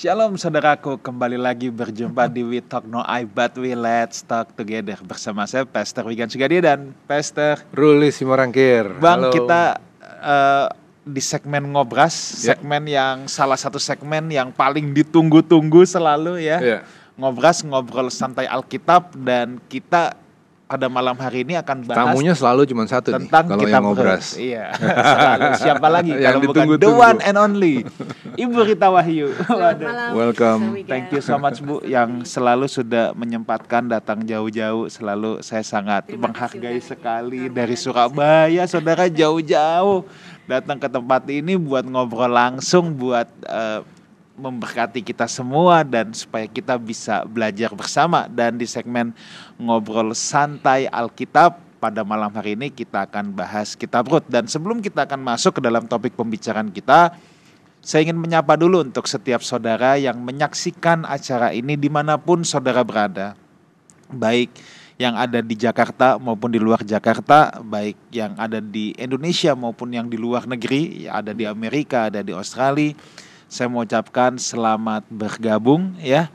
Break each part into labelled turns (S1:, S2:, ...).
S1: Shalom saudaraku, kembali lagi berjumpa di We Talk No I But We Let's Talk Together bersama saya Pastor Wigan Sugadia dan Pastor
S2: Ruli Simorangkir.
S1: Bang.
S2: Halo.
S1: Kita di segmen Ngobras, segmen yang salah satu segmen yang paling ditunggu-tunggu selalu ya. Ngobras, ngobrol santai Alkitab, dan kita pada malam hari ini akan bahas
S2: tamunya selalu cuma satu
S1: tentang
S2: nih kalau
S1: Kitab
S2: yang Ngobras.
S1: Iya, selalu. Siapa lagi
S2: yang
S1: kalau bukan the one and only Ibu Rita Wahyu.
S2: Welcome.
S1: Thank you so much Bu, yang selalu sudah menyempatkan datang jauh-jauh. Selalu saya sangat menghargai sekali dari Surabaya, saudara, jauh-jauh datang ke tempat ini buat ngobrol langsung, buat memberkati kita semua dan supaya kita bisa belajar bersama. Dan di segmen Ngobrol Santai Alkitab pada malam hari ini kita akan bahas Kitab Rut. Dan sebelum kita akan masuk ke dalam topik pembicaraan kita, saya ingin menyapa dulu untuk setiap saudara yang menyaksikan acara ini dimanapun saudara berada, baik yang ada di Jakarta maupun di luar Jakarta, baik yang ada di Indonesia maupun yang di luar negeri, ada di Amerika, ada di Australia. Saya mau ucapkan selamat bergabung ya.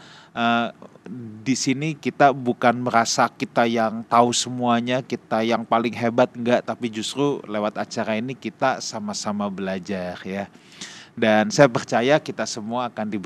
S1: Di sini kita bukan merasa kita yang tahu semuanya, kita yang paling hebat, enggak, tapi justru lewat acara ini kita sama-sama belajar ya. Dan saya percaya kita semua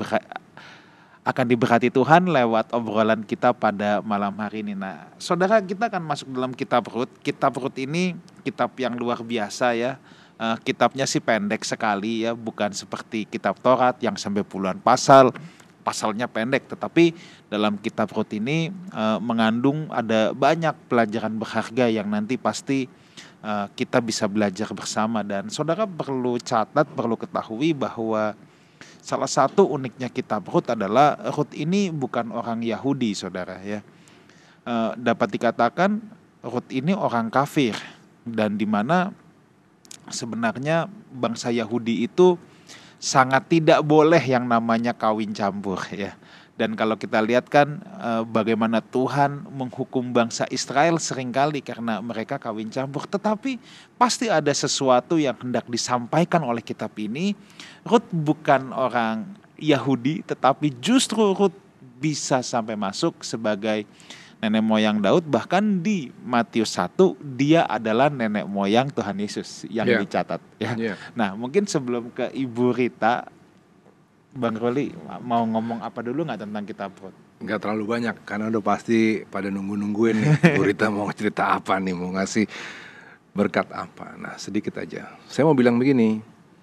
S1: akan diberkati Tuhan lewat obrolan kita pada malam hari ini. Nah, saudara, kita akan masuk dalam Kitab Rut. Kitab Rut ini kitab yang luar biasa ya. Kitabnya sih pendek sekali ya, bukan seperti kitab Taurat yang sampai puluhan pasal, pasalnya pendek. Tetapi dalam Kitab Rut ini mengandung ada banyak pelajaran berharga yang nanti pasti kita bisa belajar bersama. Dan saudara perlu catat, perlu ketahui bahwa salah satu uniknya Kitab Rut adalah Rut ini bukan orang Yahudi, saudara ya. Dapat dikatakan Rut ini orang kafir, dan di mana sebenarnya bangsa Yahudi itu sangat tidak boleh yang namanya kawin campur ya. Dan kalau kita lihat kan bagaimana Tuhan menghukum bangsa Israel seringkali karena mereka kawin campur. Tetapi pasti ada sesuatu yang hendak disampaikan oleh kitab ini. Rut bukan orang Yahudi, tetapi justru Rut bisa sampai masuk sebagai nenek moyang Daud. Bahkan di Matius 1 dia adalah nenek moyang Tuhan Yesus yang dicatat ya. Nah, mungkin sebelum ke Ibu Rita, Bang Roli mau ngomong apa dulu nggak tentang Kitab Rut?
S2: Nggak terlalu banyak karena udah pasti pada nungguin nih Ibu Rita mau cerita apa nih, mau ngasih berkat apa. Nah, sedikit aja saya mau bilang begini.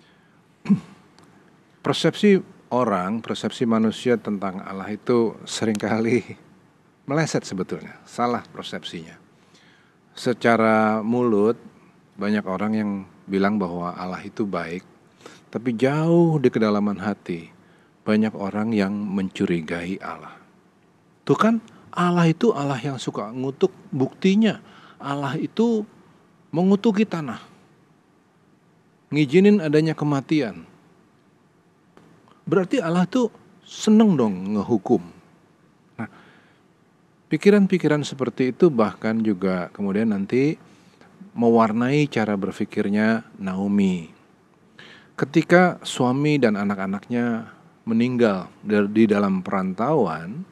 S2: Persepsi manusia tentang Allah itu seringkali meleset sebetulnya, salah persepsinya. Secara mulut banyak orang yang bilang bahwa Allah itu baik, tapi jauh di kedalaman hati banyak orang yang mencurigai Allah. Tuh kan, Allah itu Allah yang suka ngutuk. Buktinya Allah itu mengutuki tanah, ngizinin adanya kematian. Berarti Allah tuh seneng dong ngehukum. Pikiran-pikiran seperti itu bahkan juga kemudian nanti mewarnai cara berpikirnya Naomi. Ketika suami dan anak-anaknya meninggal di dalam perantauan,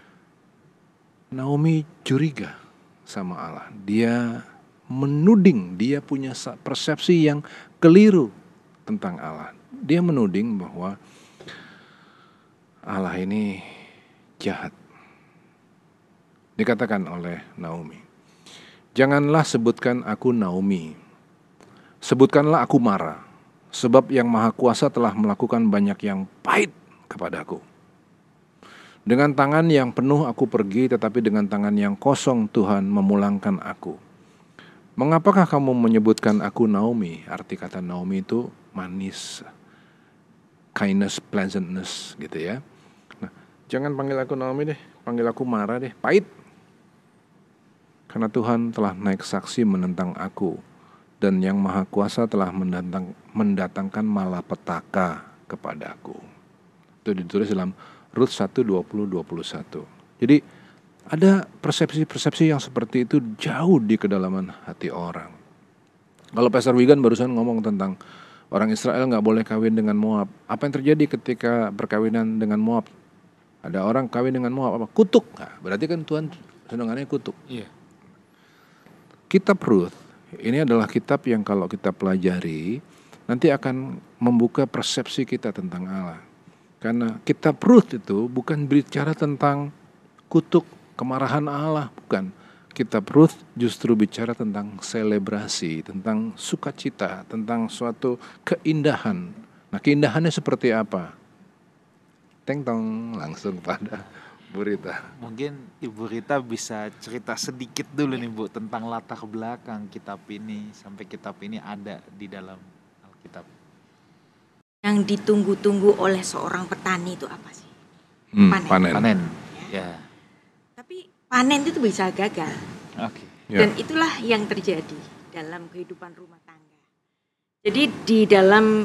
S2: Naomi curiga sama Allah. Dia menuding, dia punya persepsi yang keliru tentang Allah. Dia menuding bahwa Allah ini jahat. Dikatakan oleh Naomi, janganlah sebutkan aku Naomi, sebutkanlah aku Mara, sebab yang Maha Kuasa telah melakukan banyak yang pahit kepadaku. Dengan tangan yang penuh aku pergi, tetapi dengan tangan yang kosong Tuhan memulangkan aku. Mengapakah kamu menyebutkan aku Naomi? Arti kata Naomi itu manis, kindness, pleasantness gitu ya. Nah, jangan panggil aku Naomi deh, panggil aku Mara deh, pahit. Karena Tuhan telah naik saksi menentang aku, dan yang Maha Kuasa telah mendatangkan malapetaka kepadaku. Itu ditulis dalam Rut 1:20-21. Jadi ada persepsi-persepsi yang seperti itu jauh di kedalaman hati orang. Kalau Pastor Wigan barusan ngomong tentang Orang Israel nggak boleh kawin dengan Moab. Apa yang terjadi ketika perkawinan dengan Moab? Ada orang kawin dengan Moab, apa? Kutuk. Nah, berarti kan Tuhan senangannya kutuk.
S1: Iya.
S2: Kitab Ruth ini adalah kitab yang kalau kita pelajari nanti akan membuka persepsi kita tentang Allah. Karena kitab Ruth itu bukan bicara tentang kutuk, kemarahan Allah, bukan. Kitab Ruth justru bicara tentang selebrasi, tentang sukacita, tentang suatu keindahan. Nah, keindahannya seperti apa? Teng tong, langsung pada Bu Rita.
S1: Mungkin Ibu Rita bisa cerita sedikit dulu nih Bu tentang latar belakang kitab ini sampai kitab ini ada di dalam Alkitab.
S3: Yang ditunggu-tunggu oleh seorang petani itu apa sih?
S2: Panen.
S1: Panen. Ya.
S3: Tapi panen itu bisa gagal.
S1: Oke.
S2: Ya.
S3: Dan itulah yang terjadi dalam kehidupan rumah tangga. Jadi di dalam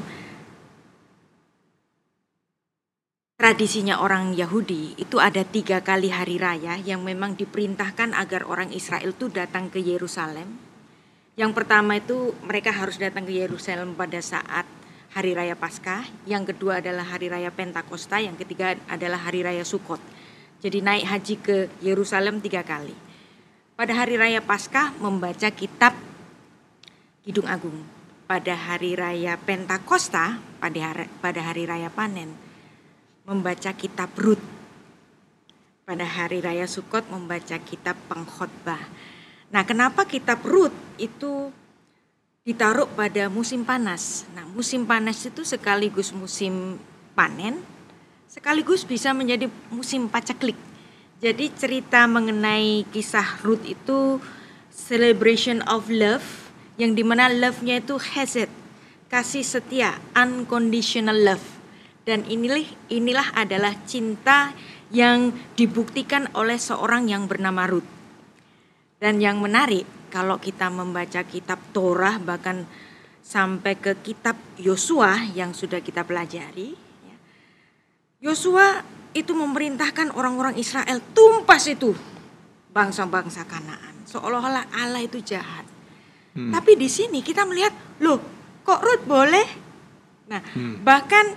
S3: tradisinya orang Yahudi itu ada 3 kali hari raya yang memang diperintahkan agar orang Israel itu datang ke Yerusalem. Yang pertama itu mereka harus datang ke Yerusalem pada saat hari raya Paskah. Yang kedua adalah hari raya Pentakosta. Yang ketiga adalah hari raya Sukot. Jadi naik haji ke Yerusalem 3 kali. Pada hari raya Paskah membaca kitab Kidung Agung. Pada hari raya Pentakosta, pada hari raya panen, membaca kitab Rut. Pada hari raya Sukot membaca kitab Pengkhotbah. Nah, kenapa kitab Rut itu ditaruh pada musim panas? Nah, musim panas itu sekaligus musim panen, sekaligus bisa menjadi musim paceklik. Jadi cerita mengenai kisah Rut itu celebration of love, yang dimana love-nya itu hesed, kasih setia, unconditional love. Dan inilah adalah cinta yang dibuktikan oleh seorang yang bernama Rut. Dan yang menarik, kalau kita membaca kitab Torah bahkan sampai ke kitab Yosua yang sudah kita pelajari, Yosua itu memerintahkan orang-orang Israel tumpas itu bangsa-bangsa Kanaan, seolah-olah Allah itu jahat. Tapi di sini kita melihat, loh, kok Rut boleh? Nah, bahkan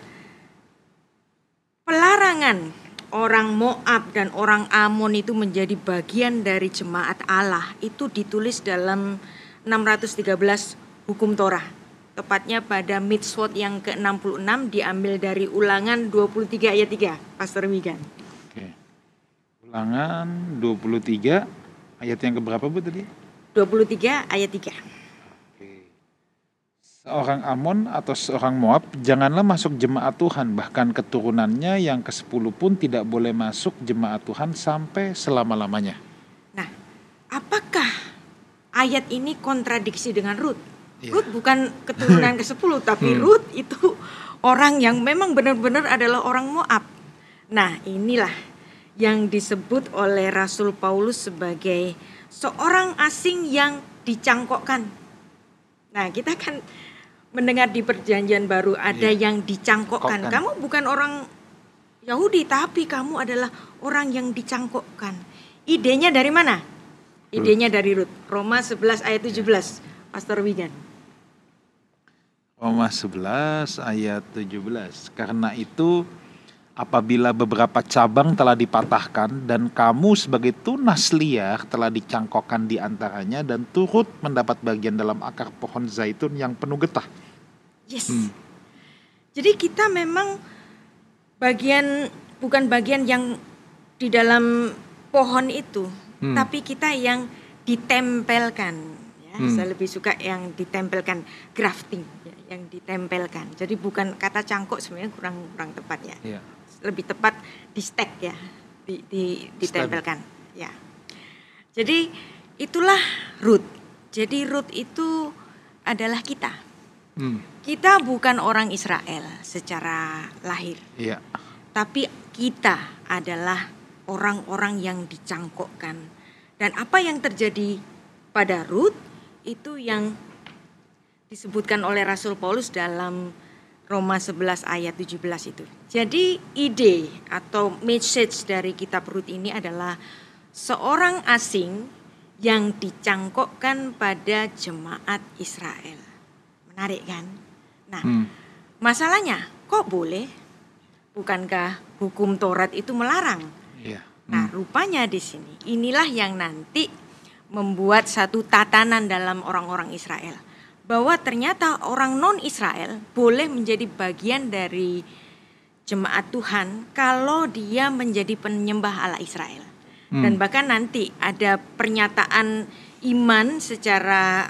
S3: pelarangan orang Moab dan orang Amon itu menjadi bagian dari jemaat Allah itu ditulis dalam 613 hukum Torah. Tepatnya pada Mitzvot yang ke-66 diambil dari Ulangan 23 ayat 3, Pastor Wigan.
S1: Oke. Ulangan 23 ayat yang keberapa Bu tadi?
S3: 23 ayat 3.
S1: Oke. Seorang Amon atau seorang Moab janganlah masuk jemaat Tuhan, bahkan keturunannya yang ke-10 pun tidak boleh masuk jemaat Tuhan sampai selama-lamanya.
S3: Nah, apakah ayat ini kontradiksi dengan Rut?
S1: Iya.
S3: Rut bukan keturunan ke-10, tapi Rut itu orang yang memang benar-benar adalah orang Moab. Nah, inilah yang disebut oleh Rasul Paulus sebagai seorang asing yang dicangkokkan. Nah, kita kan mendengar di Perjanjian Baru ada yang dicangkokkan. Kamu bukan orang Yahudi, tapi kamu adalah orang yang dicangkokkan. Idenya dari mana? Idenya dari Rut. Roma 11 ayat 17. Pastor Wigan.
S1: Roma 11 ayat 17. Karena itu apabila beberapa cabang telah dipatahkan dan kamu sebagai tunas liar telah dicangkokkan di antaranya dan turut mendapat bagian dalam akar pohon zaitun yang penuh getah.
S3: Yes. Jadi kita memang bukan bagian yang di dalam pohon itu, tapi kita yang ditempelkan. Ya, saya lebih suka yang ditempelkan, grafting, ya, yang ditempelkan. Jadi bukan kata cangkok, sebenarnya kurang tepat ya.
S1: Iya.
S3: Lebih tepat di stack ya, ditempelkan. Ya. Jadi itulah Rut. Jadi Rut itu adalah kita. Kita bukan orang Israel secara lahir.
S1: Iya.
S3: Tapi kita adalah orang-orang yang dicangkokkan. Dan apa yang terjadi pada Rut itu yang disebutkan oleh Rasul Paulus dalam Roma 11 ayat 17 itu. Jadi ide atau message dari kitab Rut ini adalah seorang asing yang dicangkokkan pada jemaat Israel. Menarik kan? Nah, masalahnya kok boleh? Bukankah hukum Taurat itu melarang?
S1: Iya.
S3: Nah, rupanya di sini inilah yang nanti membuat satu tatanan dalam orang-orang Israel, bahwa ternyata orang non-Israel boleh menjadi bagian dari jemaat Tuhan kalau dia menjadi penyembah Allah Israel. Dan bahkan nanti ada pernyataan iman secara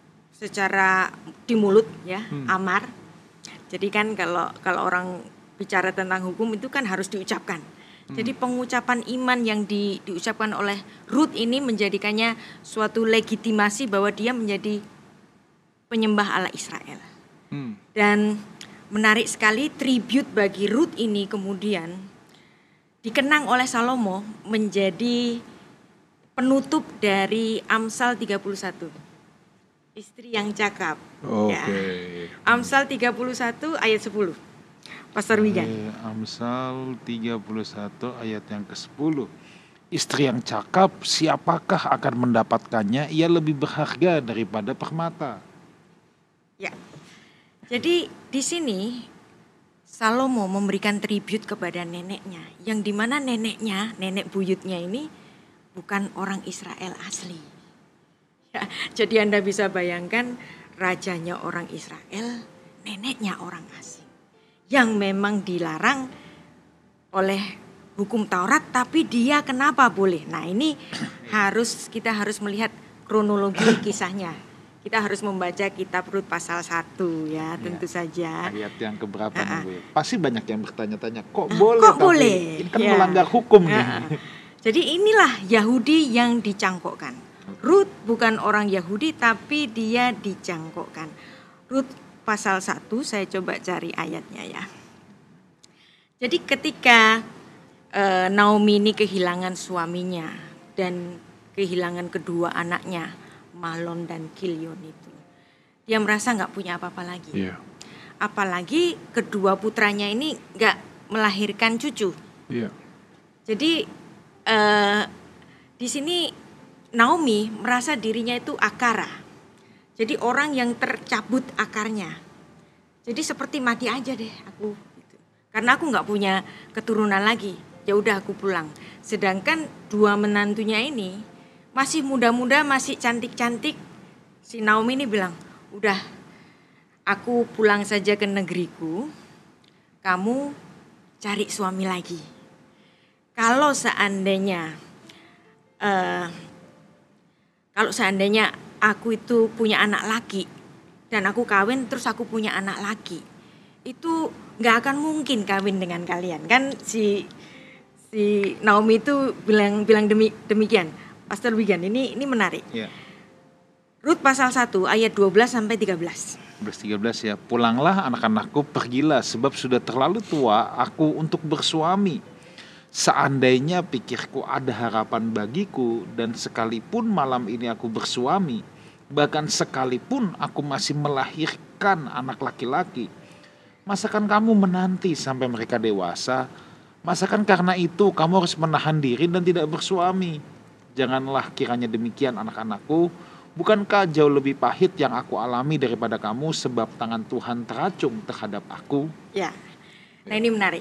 S3: di mulut ya, amar. Jadi kan kalau orang bicara tentang hukum itu kan harus diucapkan. Jadi pengucapan iman yang diucapkan oleh Ruth ini menjadikannya suatu legitimasi bahwa dia menjadi penyembah Allah Israel. Dan menarik sekali, tribute bagi Ruth ini kemudian dikenang oleh Salomo menjadi penutup dari Amsal 31. Istri yang cakap.
S2: Oke.
S3: Ya. Amsal 31 ayat 10. Pastor Wigan.
S1: Amsal 31 ayat yang ke-10. Istri yang cakap, siapakah akan mendapatkannya? Ia lebih berharga daripada permata.
S3: Ya. Jadi di sini Salomo memberikan tribut kepada neneknya, yang dimana neneknya, nenek buyutnya ini bukan orang Israel asli. Ya, jadi Anda bisa bayangkan rajanya orang Israel, neneknya orang asing, yang memang dilarang oleh hukum Taurat, tapi dia kenapa boleh? Nah ini kita harus melihat kronologi kisahnya. Kita harus membaca kitab Rut pasal 1 ya, tentu saja.
S1: Ayat yang keberapa nih Bu? Pasti banyak yang bertanya-tanya, kok boleh? Kok
S3: boleh?
S1: Ini kan melanggar hukum nih.
S3: Jadi inilah Yahudi yang dicangkokkan. Rut bukan orang Yahudi tapi dia dicangkokkan. Rut pasal 1, saya coba cari ayatnya ya. Jadi ketika Naomi ini kehilangan suaminya dan kehilangan kedua anaknya, Malon dan Kilion itu, dia merasa nggak punya apa-apa lagi.
S2: Iya.
S3: Apalagi kedua putranya ini nggak melahirkan cucu.
S2: Iya.
S3: Jadi di sini Naomi merasa dirinya itu akara. Jadi orang yang tercabut akarnya. Jadi seperti mati aja deh aku. Gitu. Karena aku nggak punya keturunan lagi. Ya udah aku pulang. Sedangkan dua menantunya ini masih muda-muda, masih cantik-cantik. Si Naomi ini bilang, udah aku pulang saja ke negeriku, kamu cari suami lagi. Kalau seandainya aku itu punya anak laki dan aku kawin terus aku punya anak laki, itu nggak akan mungkin kawin dengan kalian. Kan si Naomi itu bilang demikian. Pastor Wigan, ini menarik.
S1: Ya.
S3: Rut pasal 1 ayat 12 sampai 13.
S1: 13 ya. Pulanglah anak-anakku, pergilah sebab sudah terlalu tua aku untuk bersuami. Seandainya pikirku ada harapan bagiku dan sekalipun malam ini aku bersuami, bahkan sekalipun aku masih melahirkan anak laki-laki, masakan kamu menanti sampai mereka dewasa? Masakan karena itu kamu harus menahan diri dan tidak bersuami? Janganlah kiranya demikian anak-anakku. Bukankah jauh lebih pahit yang aku alami daripada kamu sebab tangan Tuhan teracung terhadap aku?
S3: Ya, nah ini menarik.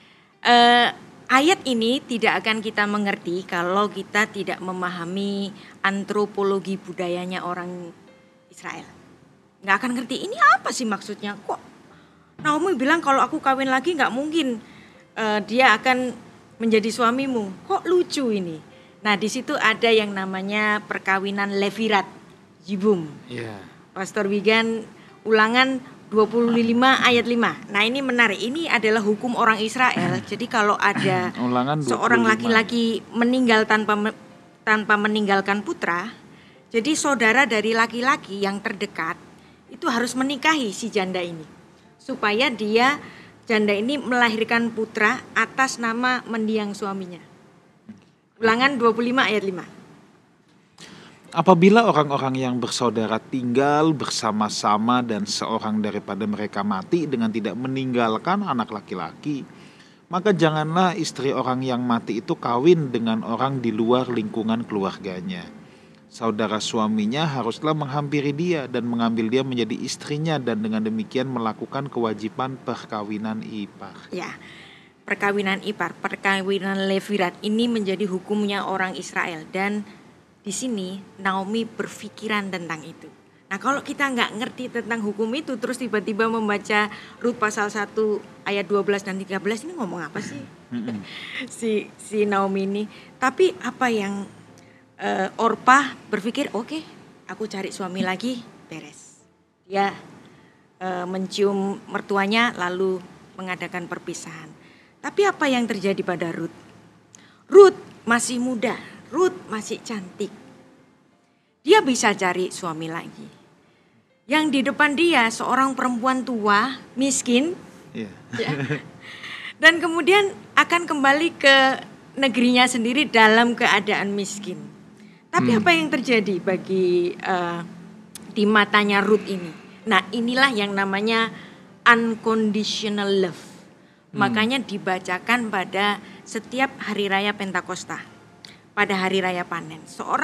S3: Ayat ini tidak akan kita mengerti kalau kita tidak memahami antropologi budayanya orang Israel. Nggak akan ngerti ini apa sih maksudnya. Kok Naomi bilang kalau aku kawin lagi nggak mungkin dia akan menjadi suamimu. Kok lucu ini. Nah di situ ada yang namanya perkawinan Levirat, Jibum.
S1: Iya.
S3: Pastor Wigan, Ulangan 25 ayat 5. Nah ini menarik, ini adalah hukum orang Israel. Jadi kalau ada
S1: Ulangan 25.
S3: seorang laki-laki meninggal tanpa meninggalkan putra, jadi saudara dari laki-laki yang terdekat itu harus menikahi si janda ini. Supaya janda ini melahirkan putra atas nama mendiang suaminya. Ulangan 25 ayat 5.
S1: Apabila orang-orang yang bersaudara tinggal bersama-sama dan seorang daripada mereka mati dengan tidak meninggalkan anak laki-laki, maka janganlah istri orang yang mati itu kawin dengan orang di luar lingkungan keluarganya. saudara suaminya haruslah menghampiri dia dan mengambil dia menjadi istrinya dan dengan demikian melakukan kewajiban perkawinan ipar.
S3: Ya, perkawinan ipar, perkawinan levirat ini menjadi hukumnya orang Israel, dan di sini Naomi berpikiran tentang itu. Nah, kalau kita nggak ngerti tentang hukum itu terus tiba-tiba membaca Rut pasal 1 ayat 12 dan 13, ini ngomong apa sih? si Naomi ini. Tapi apa yang Orpah berpikir, oke, aku cari suami lagi, beres. Dia mencium mertuanya lalu mengadakan perpisahan. Tapi apa yang terjadi pada Rut? Rut masih muda, Rut masih cantik. Dia bisa cari suami lagi. Yang di depan dia seorang perempuan tua, miskin, ya. Dan kemudian akan kembali ke negerinya sendiri dalam keadaan miskin. Tapi apa yang terjadi bagi di matanya Rut ini? Nah, inilah yang namanya unconditional love. Makanya dibacakan pada setiap hari raya Pentakosta, pada hari raya panen.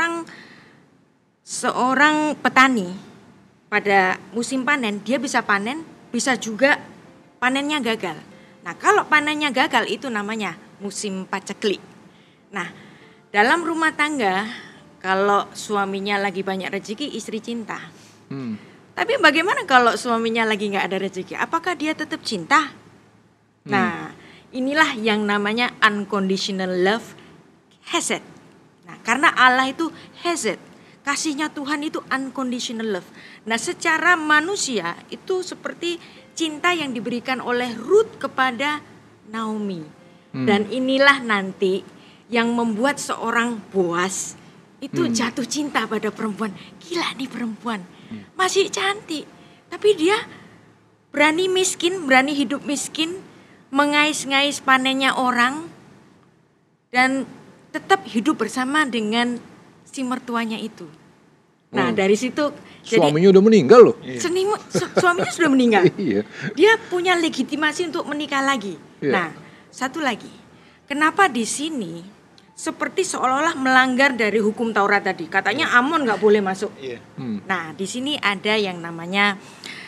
S3: Seorang petani pada musim panen, dia bisa panen, bisa juga panennya gagal. Nah, kalau panennya gagal itu namanya musim paceklik. Nah, dalam rumah tangga, kalau suaminya lagi banyak rezeki, istri cinta. Tapi bagaimana kalau suaminya lagi nggak ada rezeki? Apakah dia tetap cinta? Nah, inilah yang namanya unconditional love, hesed. Nah, karena Allah itu hesed, kasihnya Tuhan itu unconditional love. Nah, secara manusia itu seperti cinta yang diberikan oleh Rut kepada Naomi. Dan inilah nanti yang membuat seorang Boaz itu jatuh cinta pada perempuan. Gila nih perempuan, masih cantik, tapi dia berani miskin, berani hidup miskin, mengais-ngais panennya orang, dan tetap hidup bersama dengan si mertuanya itu. Nah, dari situ
S2: suaminya udah meninggal loh.
S3: Suaminya sudah meninggal.
S2: Iya.
S3: Dia punya legitimasi untuk menikah lagi. Nah, satu lagi, kenapa di sini seperti seolah-olah melanggar dari hukum Taurat tadi. Katanya Amon nggak boleh masuk. Nah, di sini ada yang namanya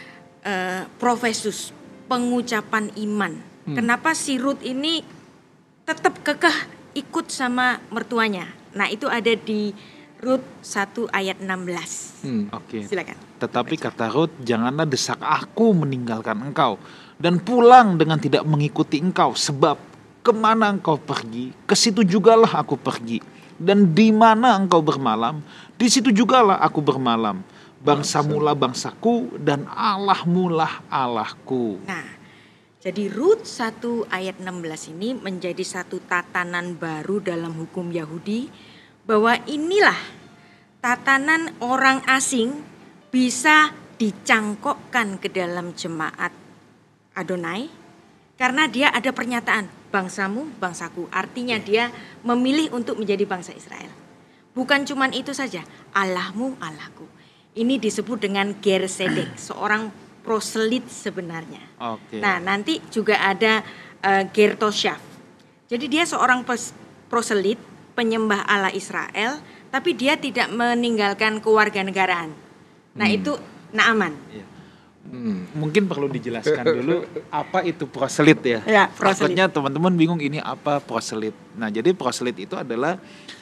S3: profesus, pengucapan iman. Kenapa si Rut ini tetap kekeh ikut sama mertuanya? Nah, itu ada di Rut 1 ayat 16.
S1: Oke.
S3: Silakan.
S1: Tetapi kata Rut, janganlah desak aku meninggalkan engkau dan pulang dengan tidak mengikuti engkau, sebab kemana engkau pergi, ke situ jugalah aku pergi. Dan di mana engkau bermalam, di situ jugalah aku bermalam. Bangsamulah bangsaku dan Allahmulah Allahku.
S3: Nah, jadi Rut 1 ayat 16 ini menjadi satu tatanan baru dalam hukum Yahudi, bahwa inilah tatanan orang asing bisa dicangkokkan ke dalam jemaat Adonai, karena dia ada pernyataan bangsamu, bangsaku. Artinya dia memilih untuk menjadi bangsa Israel. Bukan cuman itu saja, Allahmu, Allahku. Ini disebut dengan ger sedek, seorang proselit sebenarnya. Nah, nanti juga ada ger toshaf. Jadi dia seorang proselit, penyembah Allah Israel, tapi dia tidak meninggalkan kewarganegaraan. Nah, itu Naaman.
S1: Mungkin perlu dijelaskan dulu apa itu proselit ya.
S3: Proselit.
S1: Takutnya teman-teman bingung ini apa proselit. Nah, jadi proselit itu adalah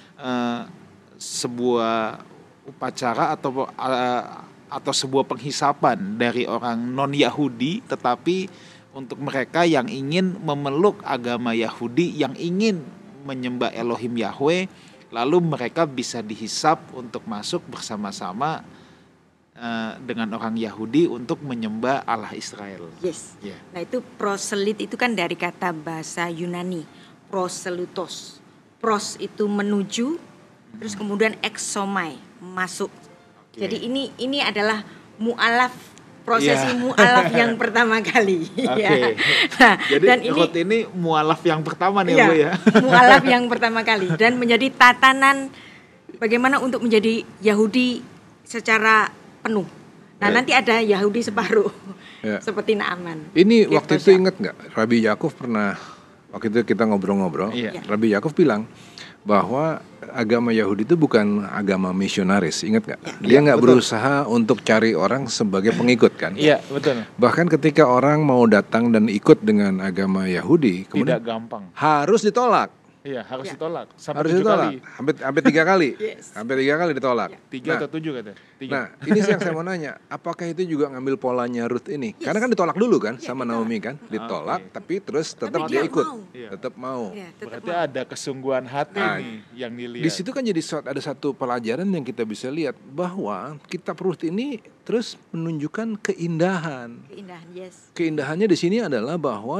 S1: sebuah upacara atau sebuah penghisapan dari orang non Yahudi, tetapi untuk mereka yang ingin memeluk agama Yahudi, yang ingin menyembah Elohim Yahweh, lalu mereka bisa dihisap untuk masuk bersama-sama dengan orang Yahudi untuk menyembah Allah Israel.
S3: Nah, itu proselit itu kan dari kata bahasa Yunani, proselutos. Pros itu menuju, terus kemudian exomai, masuk. Jadi ini adalah mu'alaf, prosesi mu'alaf yang pertama kali.
S1: Nah, jadi dan Rut ini mu'alaf yang pertama nih Bu ya.
S3: Mu'alaf yang pertama kali dan menjadi tatanan bagaimana untuk menjadi Yahudi secara penuh. Nah, nanti ada Yahudi separuh, seperti Naaman.
S2: Ini waktu itu ingat nggak, Rabbi Yakov pernah, waktu itu kita ngobrol-ngobrol, Rabbi Yakov bilang bahwa agama Yahudi itu bukan agama misionaris, ingat nggak? Dia
S1: Iya,
S2: nggak
S1: betul.
S2: berusaha untuk cari orang sebagai pengikut kan?
S1: Iya, betul.
S2: Bahkan ketika orang mau datang dan ikut dengan agama Yahudi,
S1: Tidak
S2: kemudian
S1: gampang.
S2: harus ditolak.
S1: Iya, harus
S3: Ya.
S1: ditolak sampai
S2: Harus
S1: 7
S2: ditolak.
S1: kali.
S2: Hampir 3 kali.
S3: Yes.
S2: Hampir 3 kali ditolak.
S1: 3
S2: Nah,
S1: atau 7 katanya. 3.
S2: Nah, ini sih yang saya mau nanya, apakah itu juga ngambil polanya Ruth ini?
S3: Yes.
S2: Karena kan ditolak dulu kan
S3: Iya,
S2: sama
S3: ditolak.
S2: Naomi kan? Ditolak,
S1: Oke.
S2: tapi terus tetap
S3: Tapi
S2: dia
S3: dia
S2: ikut.
S3: mau.
S1: Iya.
S2: Tetap mau.
S3: Ya, tetap
S1: Berarti
S3: mau.
S1: ada kesungguhan hati
S2: Nah,
S1: nih yang dilihat.
S2: Di situ kan jadi ada satu pelajaran yang kita bisa lihat bahwa kitab Ruth ini terus menunjukkan keindahan.
S3: Keindahan, yes.
S2: Keindahannya di sini adalah bahwa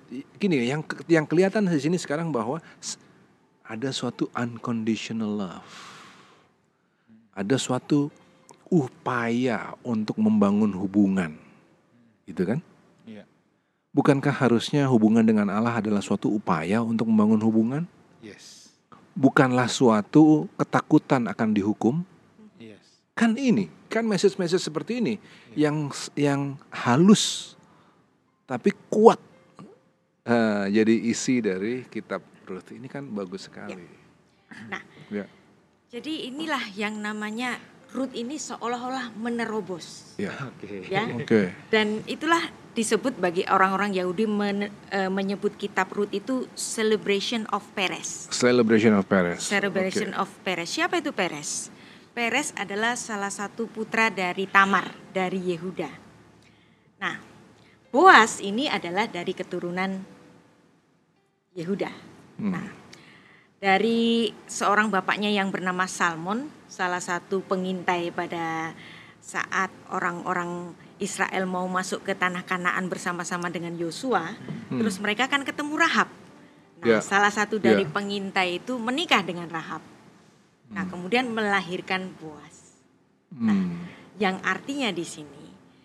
S2: yang kelihatan di sini sekarang bahwa ada suatu unconditional love. Ada suatu upaya untuk membangun hubungan. Gitu kan?
S1: Iya.
S2: Bukankah harusnya hubungan dengan Allah adalah suatu upaya untuk membangun hubungan?
S1: Yes.
S2: Bukanlah suatu ketakutan akan dihukum?
S1: Yes.
S2: Kan message-message seperti ini yang halus tapi kuat. Jadi isi dari kitab Ruth ini kan bagus sekali.
S3: Nah,
S2: Ya.
S3: jadi inilah yang namanya Ruth ini seolah-olah menerobos.
S2: Ya.
S1: Oke.
S3: Ya.
S2: Oke.
S3: Dan itulah disebut bagi orang-orang Yahudi menyebut kitab Ruth itu Celebration of Perez.
S2: Celebration of Perez.
S3: Celebration of Perez. Siapa itu Perez? Perez adalah salah satu putra dari Tamar dari Yehuda. Nah, Boas ini adalah dari keturunan Yehuda. Nah, dari seorang bapaknya yang bernama Salmon, salah satu pengintai pada saat orang-orang Israel mau masuk ke tanah Kanaan bersama-sama dengan Yosua, terus mereka kan ketemu Rahab. Nah,
S2: Ya.
S3: salah satu dari
S2: Ya.
S3: pengintai itu menikah dengan Rahab. Nah, kemudian melahirkan Boas. Yang artinya di sini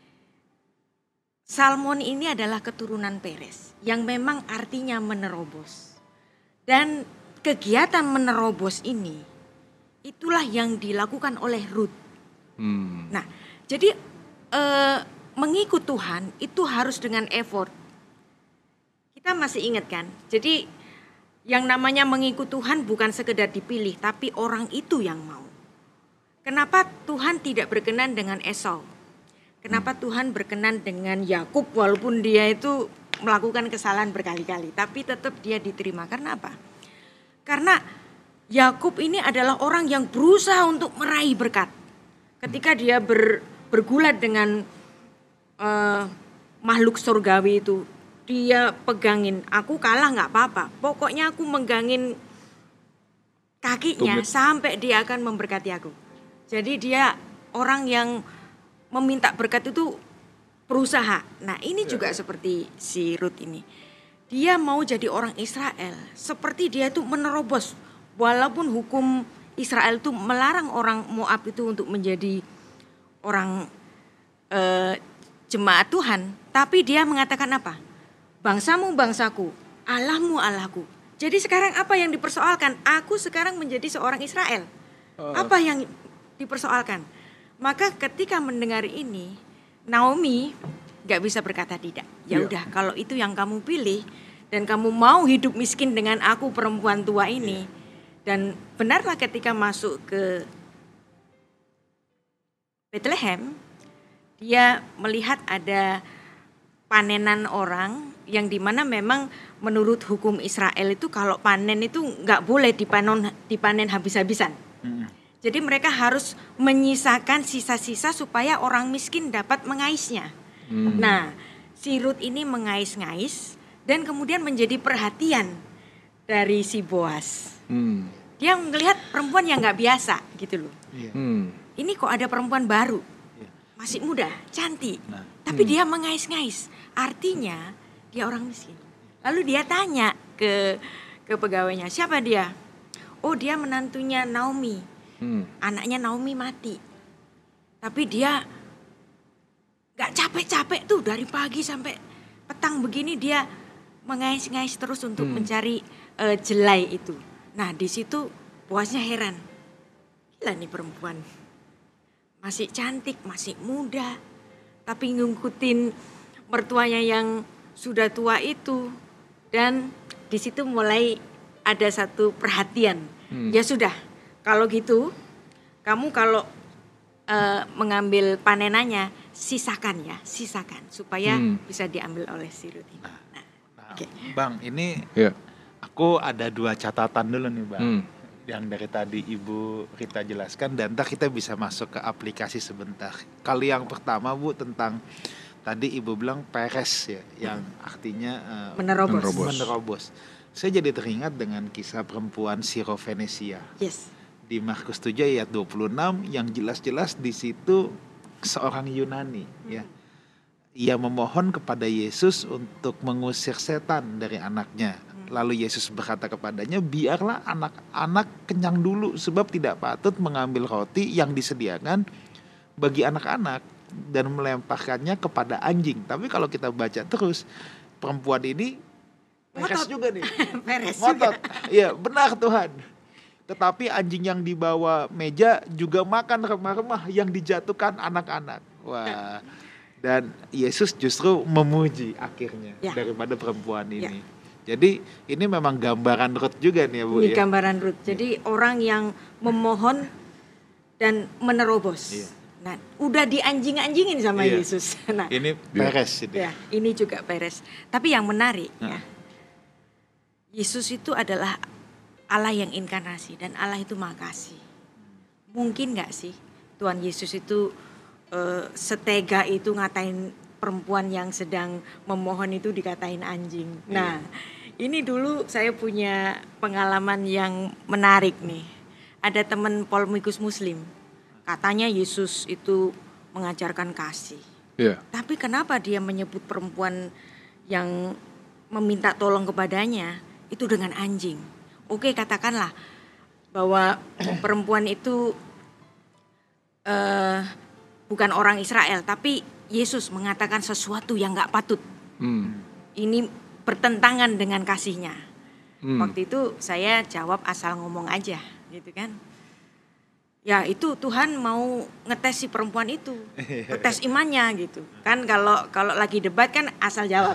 S3: Salmon ini adalah keturunan Perez yang memang artinya menerobos. Dan kegiatan menerobos ini itulah yang dilakukan oleh Ruth. Nah, jadi mengikut Tuhan itu harus dengan effort. Kita masih ingat kan? Jadi yang namanya mengikut Tuhan bukan sekedar dipilih, tapi orang itu yang mau. Kenapa Tuhan tidak berkenan dengan Esau? Kenapa Tuhan berkenan dengan Yakub walaupun dia itu melakukan kesalahan berkali-kali, tapi tetap dia diterima. Karena apa? Karena Yakub ini adalah orang yang berusaha untuk meraih berkat. Ketika dia bergulat dengan makhluk surgawi itu, dia pegangin, aku kalah nggak apa-apa. Pokoknya aku menggangin kakinya sampai dia akan memberkati aku. Jadi dia orang yang meminta berkat itu berusaha. Nah, ini juga seperti si Ruth ini. Dia mau jadi orang Israel, seperti dia itu menerobos. Walaupun hukum Israel itu melarang orang Moab itu untuk menjadi orang jemaat Tuhan, tapi dia mengatakan apa? Bangsamu bangsaku, Allahmu Allahku. Jadi sekarang apa yang dipersoalkan? Aku sekarang menjadi seorang Israel. Apa yang dipersoalkan? Maka ketika mendengar ini, Naomi gak bisa berkata tidak. Ya udah, kalau itu yang kamu pilih dan kamu mau hidup miskin dengan aku perempuan tua ini, dan benarlah ketika masuk ke Bethlehem, dia melihat ada panenan orang yang dimana memang menurut hukum Israel itu kalau panen itu nggak boleh dipanen habis-habisan. Jadi mereka harus menyisakan sisa-sisa supaya orang miskin dapat mengaisnya. Nah, si Ruth ini mengais-ngais dan kemudian menjadi perhatian dari si Boas. Dia melihat perempuan yang nggak biasa gitu loh. Ini kok ada perempuan baru, masih muda, cantik, tapi dia mengais-ngais. Artinya dia orang miskin. Lalu dia tanya ke pegawainya, siapa dia? Oh, dia menantunya Naomi. Anaknya Naomi mati. Tapi dia gak capek-capek tuh dari pagi sampai petang begini dia mengais-ngais terus untuk mencari jelai itu. Nah, di situ Boasnya heran. Gila nih perempuan. Masih cantik, masih muda. Tapi ngikutin mertuanya yang sudah tua itu. Dan di situ mulai ada satu perhatian Ya sudah, kalau gitu kamu kalau mengambil panenannya sisakan supaya bisa diambil oleh si Rut ini.
S1: Oke. Bang, ini
S2: Ya.
S1: aku ada 2 catatan dulu nih Bang. Yang dari tadi Ibu Rita jelaskan, dan ntar kita bisa masuk ke aplikasi sebentar. Kali yang pertama Bu, tentang tadi Ibu bilang peres ya, yang artinya menerobos. Saya jadi teringat dengan kisah perempuan Sirofenesia.
S3: Yes.
S1: Di Markus 7 ayat 26 yang jelas-jelas di situ seorang Yunani ya. Ia memohon kepada Yesus untuk mengusir setan dari anaknya. Lalu Yesus berkata kepadanya, biarlah anak-anak kenyang dulu, sebab tidak patut mengambil roti yang disediakan bagi anak-anak dan melemparkannya kepada anjing. Tapi kalau kita baca terus, perempuan ini peres juga nih.
S3: Peres
S1: ngotot. Iya, benar Tuhan. Tetapi anjing yang dibawa meja juga makan remah-remah yang dijatuhkan anak-anak. Wah. Dan Yesus justru memuji akhirnya daripada perempuan ini. Jadi ini memang gambaran Rut juga nih ya Bu.
S3: Ini gambaran Rut. Jadi orang yang memohon dan menerobos. Nah, udah dianjing-anjingin sama Yesus. Nah,
S1: ini peres ini.
S3: Ya, ini juga peres. Tapi yang menarik ya, Yesus itu adalah Allah yang inkarnasi dan Allah itu Maha Kasih. Mungkin nggak sih Tuhan Yesus itu setega itu ngatain perempuan yang sedang memohon itu dikatain anjing. Nah, ini dulu saya punya pengalaman yang menarik nih. Ada teman polemikus Muslim, katanya Yesus itu mengajarkan kasih. Tapi kenapa dia menyebut perempuan yang meminta tolong kepadanya itu dengan anjing? Oke, katakanlah bahwa perempuan itu bukan orang Israel, tapi Yesus mengatakan sesuatu yang gak patut. Ini bertentangan dengan kasihnya. Waktu itu saya jawab asal ngomong aja, gitu kan. Ya itu Tuhan mau ngetes si perempuan itu, ngetes imannya gitu. Kan kalau lagi debat kan asal jawab.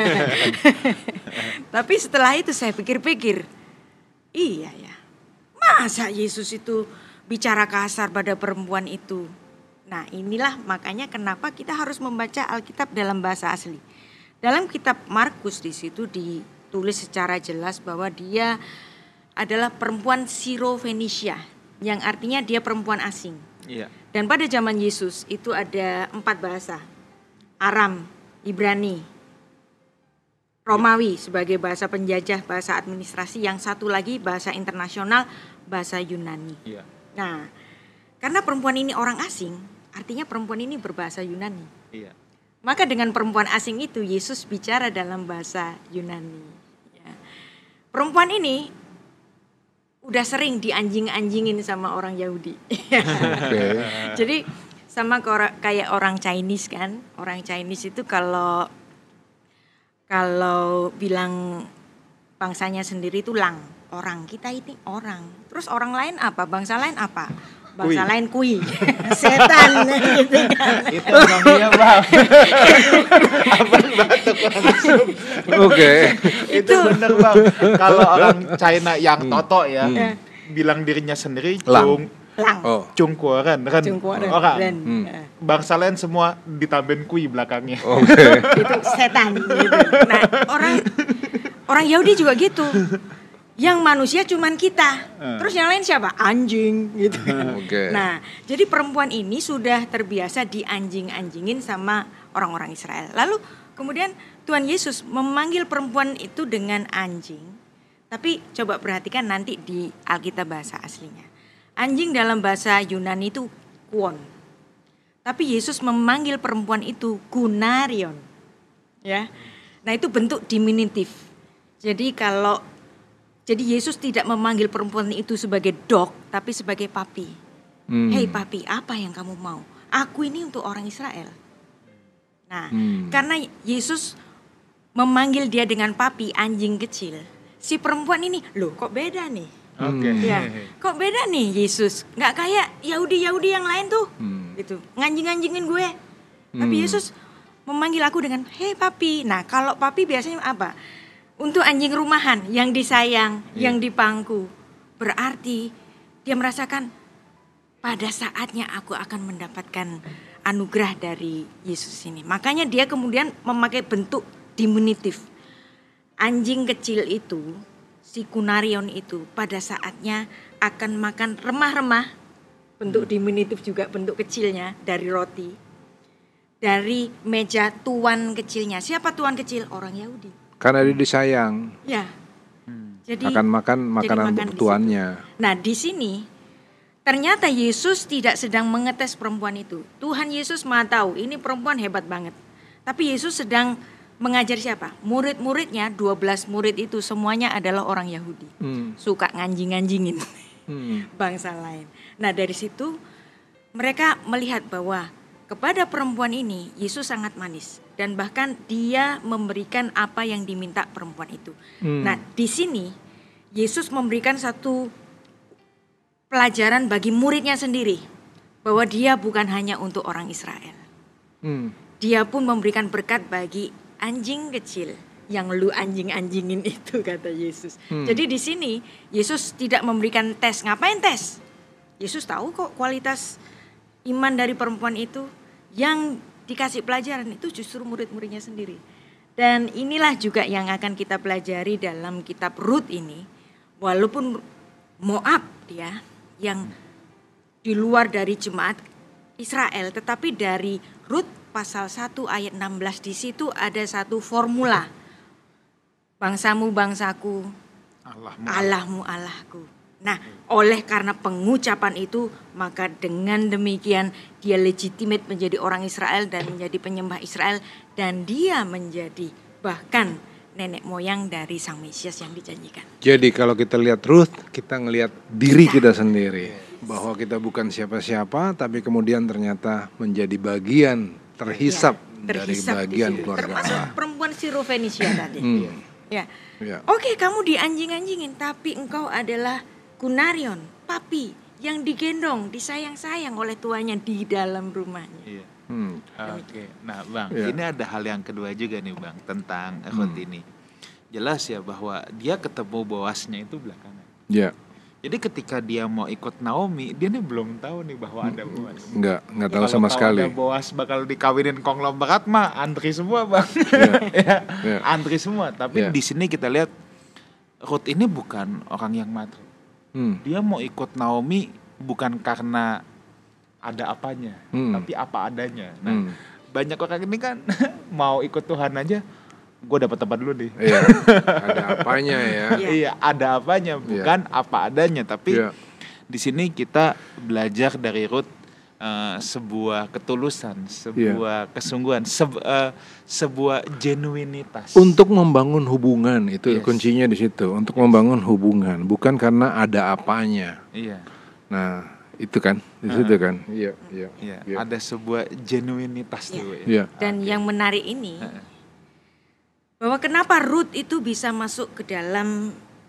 S3: Tapi setelah itu saya pikir-pikir, iya ya, masa Yesus itu bicara kasar pada perempuan itu. Nah inilah makanya kenapa kita harus membaca Alkitab dalam bahasa asli. Dalam kitab Markus di situ ditulis secara jelas bahwa dia adalah perempuan Sirofenesia, yang artinya dia perempuan asing. Dan pada zaman Yesus itu ada 4 bahasa. Aram, Ibrani, Romawi sebagai bahasa penjajah, bahasa administrasi, yang satu lagi bahasa internasional, bahasa Yunani. Nah, karena perempuan ini orang asing, artinya perempuan ini berbahasa Yunani. Maka dengan perempuan asing itu Yesus bicara dalam bahasa Yunani. Perempuan ini udah sering dianjing-anjingin sama orang Yahudi. Jadi sama kayak orang Chinese kan. Orang Chinese itu kalau bilang bangsanya sendiri itu lang, orang. Kita ini orang. Terus orang lain apa? Bangsa lain apa? Bangsa lain kui. Setan gitu kan.
S1: Itu emang iya Bang. Abang batuk langsung. Itu bener Bang. Kalau orang China yang toto ya, bilang dirinya sendiri Cungkuaren kan orang. Bangsa lain semua ditambahin kui belakangnya.
S3: Itu setan gitu. Nah, orang Yahudi juga gitu. Yang manusia cuman kita. Terus yang lain siapa? Anjing gitu. Nah, jadi perempuan ini sudah terbiasa dianjing-anjingin sama orang-orang Israel. Lalu kemudian Tuhan Yesus memanggil perempuan itu dengan anjing. Tapi coba perhatikan nanti di Alkitab bahasa aslinya. Anjing dalam bahasa Yunani itu kuon. Tapi Yesus memanggil perempuan itu gunarion. Ya. Nah, itu bentuk diminutif. Jadi Yesus tidak memanggil perempuan itu sebagai dog, tapi sebagai papi. Hei papi, apa yang kamu mau? Aku ini untuk orang Israel. Nah, karena Yesus memanggil dia dengan papi, anjing kecil. Si perempuan ini, loh kok beda nih? Ya, kok beda nih Yesus? Nggak kayak Yahudi yang lain tuh, gitu, nganjing-nganjingin gue. Tapi Yesus memanggil aku dengan, hei papi. Nah, kalau papi biasanya apa? Untuk anjing rumahan yang disayang, yang dipangku. berarti dia merasakan pada saatnya aku akan mendapatkan anugerah dari Yesus ini. Makanya dia kemudian memakai bentuk diminutif. Anjing kecil itu, si kunarion itu pada saatnya akan makan remah-remah, bentuk diminutif juga bentuk kecilnya dari roti. Dari meja tuan kecilnya. Siapa tuan kecil? Orang Yahudi.
S2: Karena dia disayang,
S3: Ya. Jadi
S2: akan makan makanan
S3: makan di
S2: tuannya.
S3: situ. Nah, di sini ternyata Yesus tidak sedang mengetes perempuan itu. Tuhan Yesus Maha tahu, ini perempuan hebat banget. Tapi Yesus sedang mengajar siapa? Murid-muridnya, 12 murid itu semuanya adalah orang Yahudi. Suka nganjing-nganjingin bangsa lain. Nah, dari situ mereka melihat bahwa kepada perempuan ini Yesus sangat manis. Dan bahkan dia memberikan apa yang diminta perempuan itu. Nah, di sini Yesus memberikan satu pelajaran bagi muridnya sendiri. Bahwa dia bukan hanya untuk orang Israel. Dia pun memberikan berkat bagi anjing kecil yang lu anjing-anjingin itu, kata Yesus. Jadi di sini Yesus tidak memberikan tes. Ngapain tes? Yesus tahu kok kualitas iman dari perempuan itu. Yang dikasih pelajaran itu justru murid-muridnya sendiri. Dan inilah juga yang akan kita pelajari dalam kitab Rut ini. Walaupun Moab dia yang di luar dari jemaat Israel, tetapi dari Rut pasal 1 ayat 16 di situ ada satu formula. Bangsamu bangsaku, Allahmu Allahku. Nah, oleh karena pengucapan itu, maka dengan demikian dia legitimate menjadi orang Israel dan menjadi penyembah Israel. Dan dia menjadi bahkan nenek moyang dari Sang Mesias yang dijanjikan.
S2: Jadi kalau kita lihat Ruth, kita ngelihat diri kita sendiri. Bahwa kita bukan siapa-siapa, tapi kemudian ternyata menjadi bagian terhisap dari bagian keluarga
S3: termasuk
S2: Allah.
S3: perempuan Sirofenisia tadi. Ya. Oke, kamu dianjing-anjingin, tapi engkau adalah kunarion, papi yang digendong, disayang-sayang oleh tuannya di dalam rumahnya.
S1: Iya. Oke. Nah, Bang, ini ada hal yang kedua juga nih, Bang, tentang Ruth ini. Jelas ya bahwa dia ketemu Boasnya itu belakangan.
S2: Ya.
S1: Jadi ketika dia mau ikut Naomi, dia nih belum tahu nih bahwa ada Boas.
S2: Enggak tahu sama sekali.
S1: Kalau Boas bakal dikawinin konglomerat mah antri semua, Bang. Antri semua. Tapi di sini kita lihat Ruth ini bukan orang yang materi. Dia mau ikut Naomi bukan karena ada apanya, tapi apa adanya. Nah, banyak orang ini kan mau ikut Tuhan aja, gue dapat tempat dulu nih.
S2: Iya, ada apanya ya.
S1: Iya, ada apanya, bukan apa adanya. Tapi di sini kita belajar dari Ruth sebuah ketulusan, sebuah kesungguhan, sebuah genuinitas.
S2: Untuk membangun hubungan itu kuncinya di situ. Untuk membangun hubungan, bukan karena ada apanya.
S1: Iya.
S2: Nah, itu kan, di situ kan. Iya.
S1: Ada sebuah genuinitas dulu ya.
S2: Iya.
S3: Dan yang menarik ini bahwa kenapa Ruth itu bisa masuk ke dalam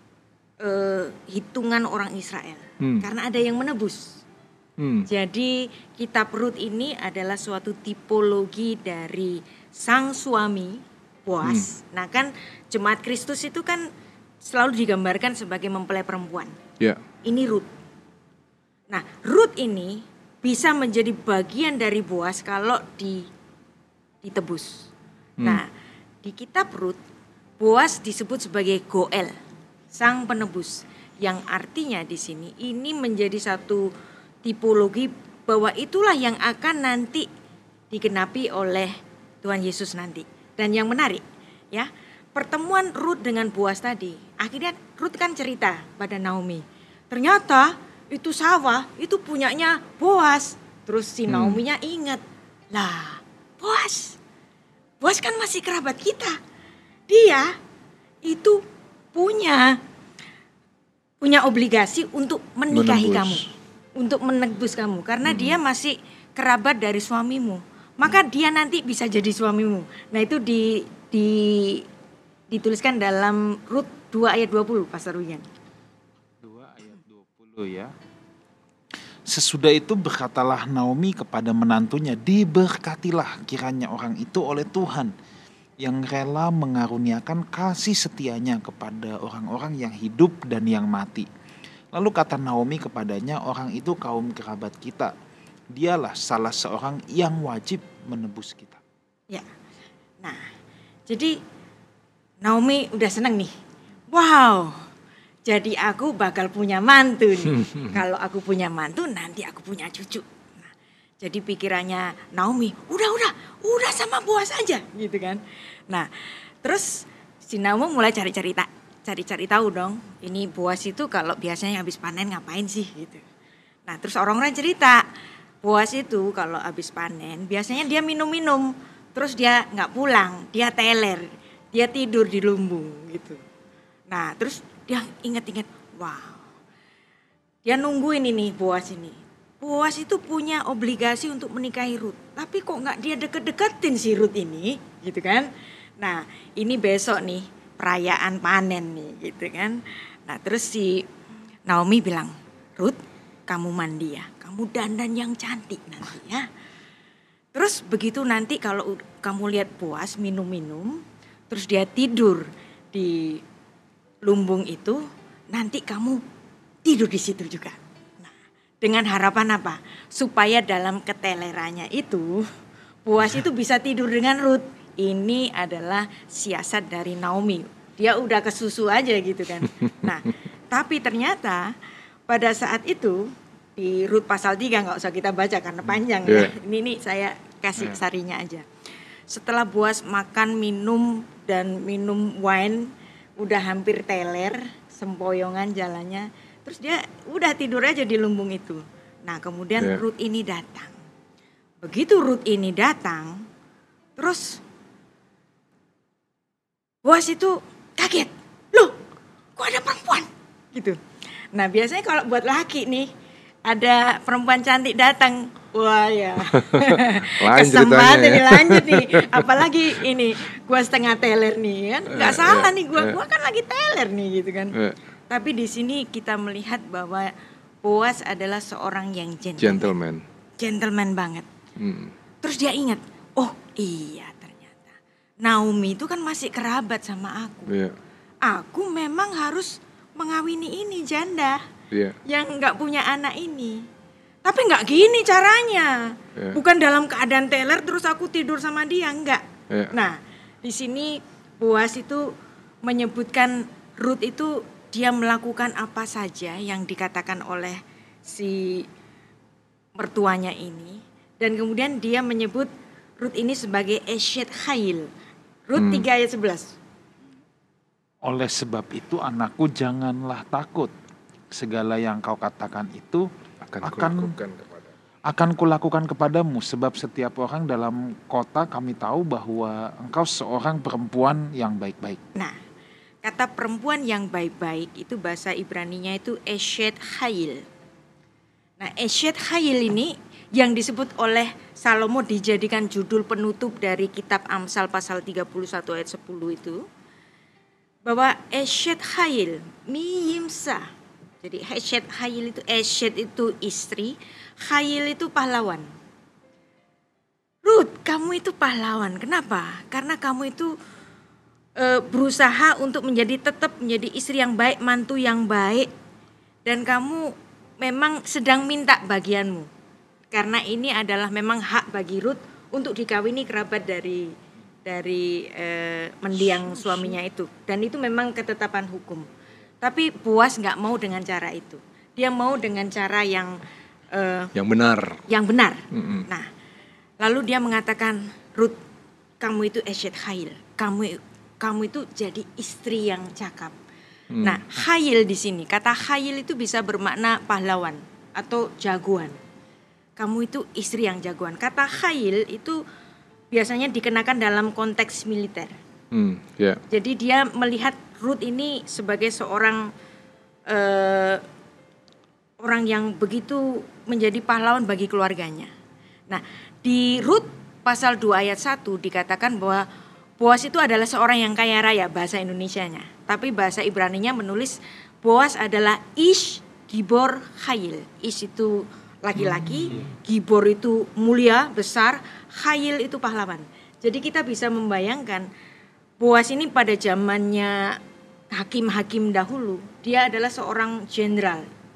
S3: hitungan orang Israel. Karena ada yang menebus. Jadi kitab Rut ini adalah suatu tipologi dari sang suami Boas. Nah kan jemaat Kristus itu kan selalu digambarkan sebagai mempelai perempuan. Ini Rut. Nah Rut ini bisa menjadi bagian dari Boas kalau ditebus. Nah di kitab Rut Boas disebut sebagai Goel, sang penebus, yang artinya di sini ini menjadi satu tipologi bahwa itulah yang akan nanti digenapi oleh Tuhan Yesus nanti. Dan yang menarik ya, pertemuan Rut dengan Boas tadi, akhirnya Rut kan cerita pada Naomi, ternyata itu sawah itu punyanya Boas. Terus si Naominya ingat, lah Boas kan masih kerabat kita, dia itu punya obligasi untuk menikahi kamu, untuk menebus kamu, karena dia masih kerabat dari suamimu, maka dia nanti bisa jadi suamimu. Nah itu dituliskan dalam Rut 2 ayat 20, Pastor Wigan.
S1: 2 ayat 20 ya. Sesudah itu berkatalah Naomi kepada menantunya, diberkatilah kiranya orang itu oleh Tuhan, yang rela mengaruniakan kasih setianya kepada orang-orang yang hidup dan yang mati. Lalu kata Naomi kepadanya, orang itu kaum kerabat kita. Dialah salah seorang yang wajib menebus kita.
S3: Ya. Nah, jadi Naomi udah seneng nih. Wow, jadi aku bakal punya mantu nih. Kalau aku punya mantu, nanti aku punya cucu. Nah, jadi pikirannya Naomi, udah sama Boas aja gitu kan. Nah, terus si Naomi mulai cari-cari tahu dong. Ini Boas itu kalau biasanya habis panen ngapain sih gitu. Nah, terus orang-orang cerita, Boas itu kalau habis panen biasanya dia minum-minum, terus dia nggak pulang, dia teler, dia tidur di lumbung gitu. Nah, terus dia ingat-ingat, wow, dia nungguin ini Boas ini. Boas itu punya obligasi untuk menikahi Rut, tapi kok nggak dia deket-deketin si Rut ini, gitu kan? Nah, ini besok nih perayaan panen nih, gitu kan? Nah, terus si Naomi bilang, Rut, kamu mandi ya, kamu dandan yang cantik nanti ya. Terus begitu nanti kalau kamu lihat Boas minum-minum, terus dia tidur di lumbung itu, nanti kamu tidur di situ juga. Nah, dengan harapan apa? Supaya dalam ketelerannya itu, Boas itu bisa tidur dengan Rut. Ini adalah siasat dari Naomi. Dia udah kesusu aja gitu kan. Nah, tapi ternyata pada saat itu di Rut pasal 3 nggak usah kita baca karena panjang ya. Ini saya kasih sarinya aja. Setelah Boas makan, minum dan minum wine, udah hampir teler, sempoyongan jalannya. Terus dia udah tidur aja di lumbung itu. Nah, kemudian Rut ini datang. Begitu Rut ini datang, terus Boas itu kaget. Loh, kok ada perempuan? Gitu. Nah, biasanya kalau buat laki nih, ada perempuan cantik datang, wah ya, kesempatan nih lanjut nih. Apalagi ini, gua setengah teler nih kan, nggak salah nih gua kan lagi teler nih gitu kan. Tapi di sini kita melihat bahwa Boas adalah seorang yang gentleman banget. Terus dia ingat, oh iya ternyata Naomi itu kan masih kerabat sama aku. Aku memang harus mengawini ini janda yang nggak punya anak ini. Tapi nggak gini caranya. Bukan dalam keadaan teler terus aku tidur sama dia, enggak. Nah, di sini Boas itu menyebutkan Rut itu dia melakukan apa saja yang dikatakan oleh si mertuanya ini. Dan kemudian dia menyebut Rut ini sebagai Eshet Chayil. Rut 3 ayat 11.
S1: Oleh sebab itu anakku janganlah takut. Segala yang kau katakan itu akan kulakukan kepadamu. Sebab setiap orang dalam kota kami tahu bahwa engkau seorang perempuan yang baik-baik.
S3: Nah, kata perempuan yang baik-baik itu bahasa Ibraninya itu Eshet Chayil. Nah, Eshet Chayil ini yang disebut oleh Salomo dijadikan judul penutup dari kitab Amsal pasal 31 ayat 10 itu. Bahwa Eshet Chayil, miyimsa. Jadi Eshet Chayil itu, Eshet itu istri, Chayil itu pahlawan. Rut, kamu itu pahlawan. Kenapa? Karena kamu itu berusaha untuk tetap menjadi istri yang baik, mantu yang baik. Dan kamu memang sedang minta bagianmu. Karena ini adalah memang hak bagi Rut untuk dikawini kerabat dari mendiang suaminya itu. Dan itu memang ketetapan hukum. Tapi Boas nggak mau dengan cara itu. Dia mau dengan cara yang
S2: benar.
S3: Yang benar. Nah, lalu dia mengatakan, Rut, kamu itu Eshet Chayil. Kamu itu jadi istri yang cakap. Nah, Chayil di sini, kata Chayil itu bisa bermakna pahlawan atau jagoan. Kamu itu istri yang jagoan. Kata Chayil itu biasanya dikenakan dalam konteks militer. Jadi dia melihat Rut ini sebagai seorang orang yang begitu menjadi pahlawan bagi keluarganya. Nah, di Rut pasal 2 ayat 1 dikatakan bahwa Boas itu adalah seorang yang kaya raya, bahasa Indonesianya. Tapi bahasa Ibraninya menulis Boas adalah Ish Gibor Chayil. Ish itu laki-laki, Gibor itu mulia, besar, Chayil itu pahlawan. Jadi kita bisa membayangkan Boas ini pada zamannya hakim-hakim dahulu, dia adalah seorang jenderal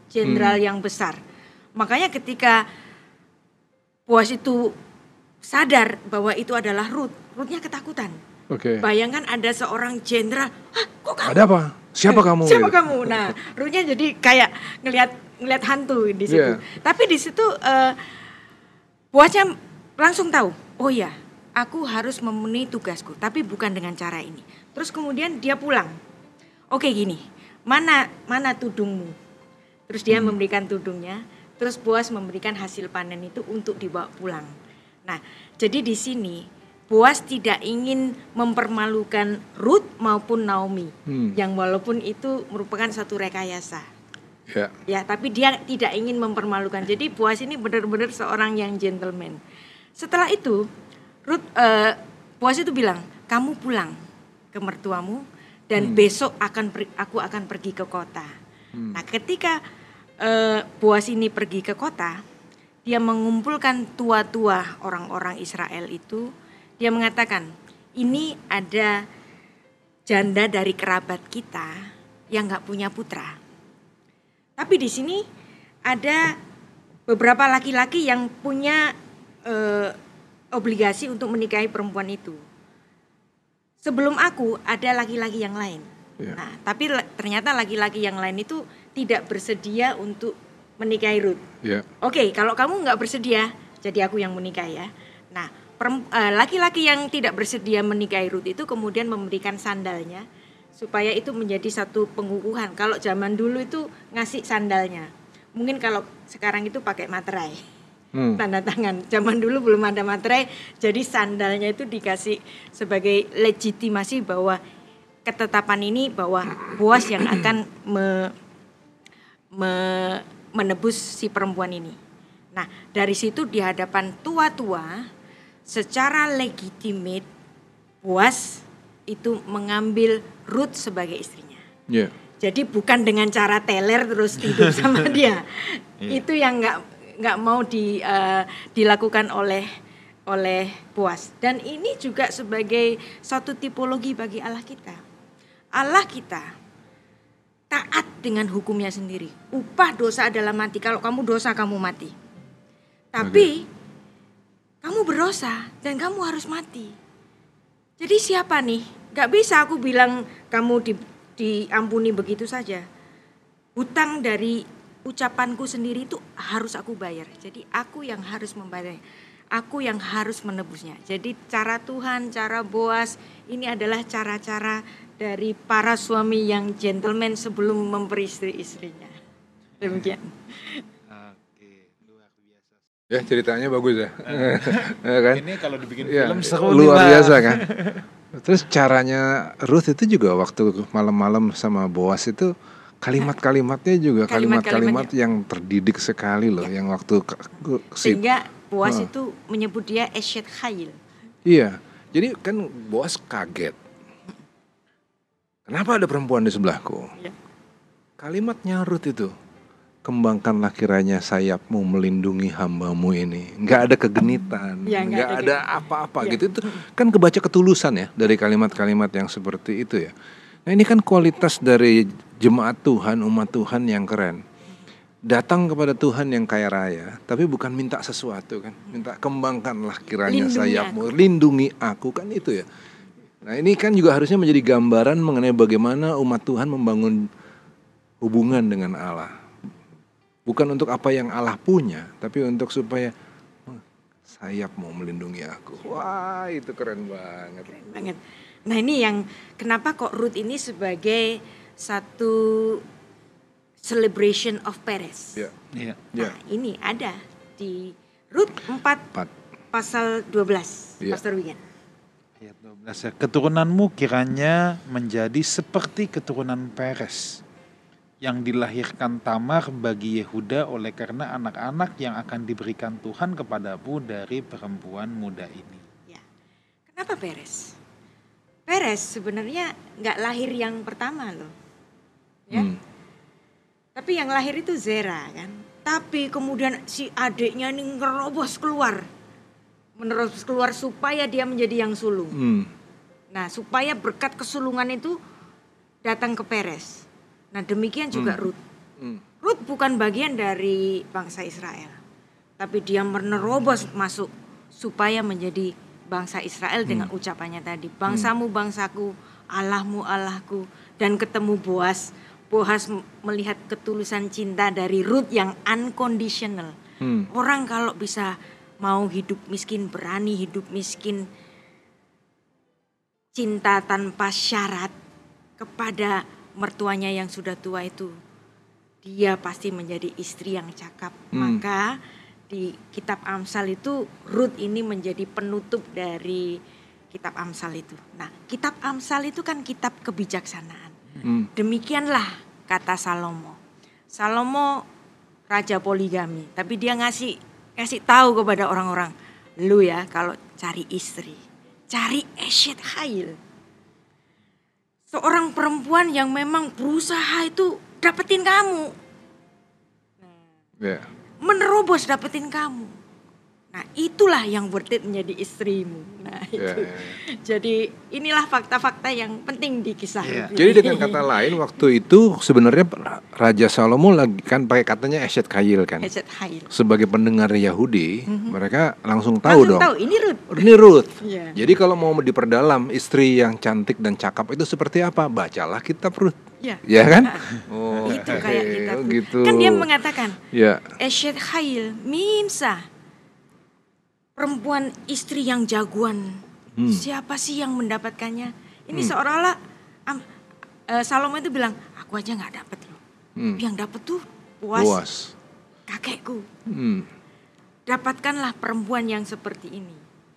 S3: jenderal yang besar. Makanya ketika Boas itu sadar bahwa itu adalah Ruthnya ketakutan.
S2: Oke.
S3: Bayangkan ada seorang jenderal, kok kamu?
S2: Ada apa? Siapa kamu?
S3: Siapa kamu? Nah, Ruthnya jadi kayak ngelihat hantu di situ. Tapi di situ Boasnya langsung tahu, oh ya, aku harus memenuhi tugasku, tapi bukan dengan cara ini. Terus kemudian dia pulang. Oke gini, mana tudungmu? Terus dia memberikan tudungnya. Terus Boas memberikan hasil panen itu untuk dibawa pulang. Nah, jadi di sini Boas tidak ingin mempermalukan Ruth maupun Naomi, yang walaupun itu merupakan satu rekayasa. Ya, tapi dia tidak ingin mempermalukan. Jadi Boas ini benar-benar seorang yang gentleman. Setelah itu, Boas itu bilang, kamu pulang ke mertuamu dan besok aku akan pergi ke kota. Nah, ketika Boas ini pergi ke kota, dia mengumpulkan tua-tua orang-orang Israel itu. Dia mengatakan, ini ada janda dari kerabat kita yang nggak punya putra. Tapi di sini ada beberapa laki-laki yang punya obligasi untuk menikahi perempuan itu. Sebelum aku ada laki-laki yang lain. Nah, tapi ternyata laki-laki yang lain itu tidak bersedia untuk menikahi Ruth. Oke, kalau kamu nggak bersedia, jadi aku yang menikah ya. Nah, laki-laki yang tidak bersedia menikahi Ruth itu kemudian memberikan sandalnya supaya itu menjadi satu pengukuhan. Kalau zaman dulu itu ngasih sandalnya. Mungkin kalau sekarang itu pakai materai. Tanda tangan. Zaman dulu belum ada materai, jadi sandalnya itu dikasih sebagai legitimasi bahwa ketetapan ini bahwa Boas yang akan menebus si perempuan ini. Nah, dari situ di hadapan tua-tua secara legitimate Boas itu mengambil Ruth sebagai istrinya. Jadi bukan dengan cara teler terus tidur sama dia. Itu yang nggak mau dilakukan oleh Boas. Dan ini juga sebagai satu tipologi bagi Allah kita. Allah kita taat dengan hukumnya sendiri. Upah dosa adalah mati. Kalau kamu dosa kamu mati. Tapi kamu berdosa dan kamu harus mati. Jadi siapa nih? Gak bisa aku bilang kamu diampuni begitu saja. Hutang dari ucapanku sendiri itu harus aku bayar. Jadi aku yang harus membayarnya. Aku yang harus menebusnya. Jadi cara Tuhan, cara Boas ini adalah cara-cara dari para suami yang gentleman sebelum memberi istri-istrinya. Demikian.
S1: Oke, luar biasa.
S2: Ya, ceritanya bagus ya. Kan?
S1: Ini kalau dibikin film seru
S2: luar biasa kan. Terus caranya Ruth itu juga waktu malam-malam sama Boas itu kalimat-kalimatnya juga kalimat-kalimat yang terdidik sekali loh, yang waktu
S3: sehingga Boas itu menyebut dia Eshet Khail.
S2: Iya, jadi kan Boas kaget. Kenapa ada perempuan di sebelahku? Kalimatnya Ruth itu, kembangkanlah kiranya sayapmu melindungi hambamu ini. Nggak ada kegenitan, nggak ada apa-apa gitu. Itu kan kebaca ketulusan ya dari kalimat-kalimat yang seperti itu ya. Nah ini kan kualitas dari jemaat Tuhan, umat Tuhan yang keren. Datang kepada Tuhan yang kaya raya, tapi bukan minta sesuatu kan. Minta kembangkanlah kiranya sayapmu, lindungi aku kan itu ya. Nah ini kan juga harusnya menjadi gambaran mengenai bagaimana umat Tuhan membangun hubungan dengan Allah. Bukan untuk apa yang Allah punya, tapi untuk supaya sayap mau melindungi aku. Wah itu keren banget.
S3: Keren banget. Nah ini yang kenapa kok Ruth ini sebagai satu celebration of Perez. Nah ini ada di Ruth 4 pasal 12, Pastor Wigan.
S1: Ayat 12 keturunanmu kiranya menjadi seperti keturunan Perez yang dilahirkan Tamar bagi Yehuda oleh karena anak-anak yang akan diberikan Tuhan kepadamu dari perempuan muda ini.
S3: Ya. Kenapa Perez? Perez sebenarnya nggak lahir yang pertama loh, ya. Tapi yang lahir itu Zera kan. Tapi kemudian si adiknya ini ngerobos keluar. Menerus keluar supaya dia menjadi yang sulung. Nah supaya berkat kesulungan itu datang ke Perez. Nah demikian juga Ruth. Rut bukan bagian dari bangsa Israel, tapi dia menerobos masuk supaya menjadi bangsa Israel dengan ucapannya tadi, bangsamu bangsaku, Allahmu Allahku, dan ketemu Boas. Boas melihat ketulusan cinta dari Rut yang unconditional. Orang kalau bisa mau hidup miskin, berani hidup miskin, cinta tanpa syarat kepada mertuanya yang sudah tua itu, dia pasti menjadi istri yang cakap. Maka di kitab Amsal itu Rut ini menjadi penutup dari kitab Amsal itu. Nah, kitab Amsal itu kan kitab kebijaksanaan. Demikianlah kata Salomo. Salomo raja poligami, tapi dia ngasih tahu kepada orang-orang, lu ya kalau cari istri, cari Eshet Hail. Seorang perempuan yang memang berusaha itu dapetin kamu. Menerobos dapetin kamu. Nah, itulah yang worth it menjadi istrimu. Nah, itu. Jadi inilah fakta-fakta yang penting di kisah Rut.
S2: Jadi dengan kata lain, waktu itu sebenarnya Raja Salomo lagi kan pakai katanya Eshet Hail kan.
S3: Eshet Hail.
S2: Sebagai pendengar Yahudi, mereka langsung tahu dong.
S3: Tahu ini Rut.
S2: Ini Rut.
S3: Yeah.
S2: Jadi kalau mau diperdalam istri yang cantik dan cakap itu seperti apa? Bacalah kitab Rut. Ya kan?
S3: Oh, itu kayak kitab Rut.
S2: Gitu.
S3: Kan dia mengatakan, Eshet Hail Mimsa, perempuan istri yang jagoan. Siapa sih yang mendapatkannya? Ini seolah-olah Salomo itu bilang, aku aja nggak dapet loh. Yang dapet tuh Boas. Kakekku. Dapatkanlah perempuan yang seperti ini.